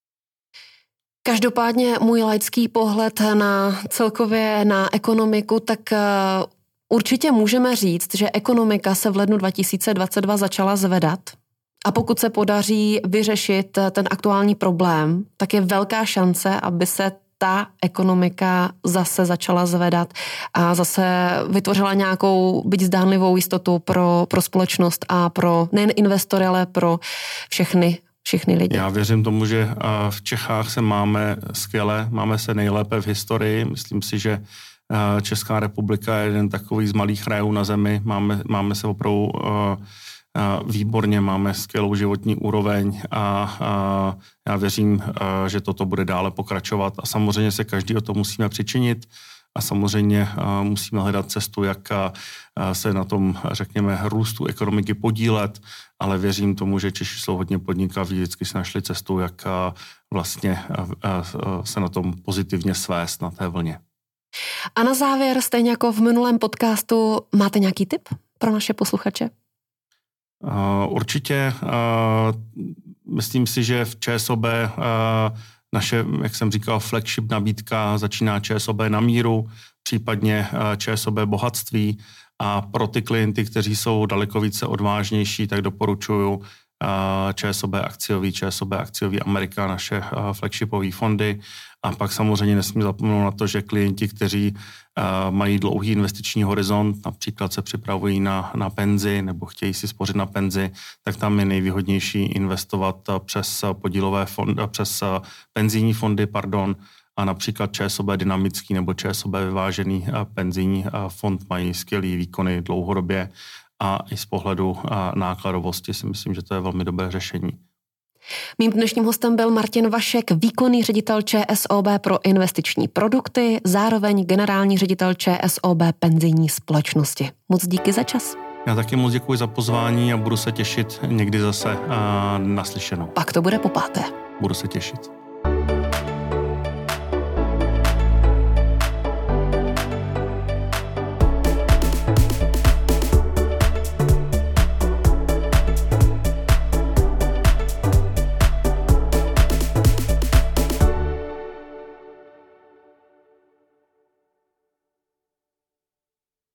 Každopádně můj laický pohled celkově na ekonomiku, tak určitě můžeme říct, že ekonomika se v lednu 2022 začala zvedat. A pokud se podaří vyřešit ten aktuální problém, tak je velká šance, aby se ta ekonomika zase začala zvedat a zase vytvořila nějakou, byť zdánlivou jistotu pro společnost a pro nejen investory, ale pro všechny lidi.
Já věřím tomu, že v Čechách se máme skvěle, máme se nejlépe v historii. Myslím si, že Česká republika je jeden takový z malých rajů na zemi. Máme se opravdu výborně, máme skvělou životní úroveň a já věřím, že toto bude dále pokračovat. A samozřejmě se každý o to musíme přičinit a samozřejmě musíme hledat cestu, jak se na tom, řekněme, růstu ekonomiky podílet, ale věřím tomu, že Češi jsou hodně podnikaví, vždycky si našli cestu, jak vlastně se na tom pozitivně svést na té vlně.
A na závěr, stejně jako v minulém podcastu, máte nějaký tip pro naše posluchače?
Určitě. Myslím si, že v ČSOB naše, jak jsem říkal, flagship nabídka začíná ČSOB na míru, případně ČSOB bohatství a pro ty klienty, kteří jsou daleko více odvážnější, tak doporučuju ČSOB akciový Amerika, naše flagshipové fondy. A pak samozřejmě nesmím zapomenout na to, že klienti, kteří mají dlouhý investiční horizont, například se připravují na penzi nebo chtějí si spořit na penzi, tak tam je nejvýhodnější investovat přes podílové fondy, přes penzijní fondy, a například ČSOB dynamický nebo ČSOB vyvážený penzijní fond mají skvělý výkony dlouhodobě a i z pohledu nákladovosti si myslím, že to je velmi dobré řešení.
Mým dnešním hostem byl Martin Vašek, výkonný ředitel ČSOB pro investiční produkty, zároveň generální ředitel ČSOB penzijní společnosti. Moc díky za čas.
Já taky moc děkuji za pozvání a budu se těšit někdy zase naslyšenou.
Pak to bude po páté.
Budu se těšit.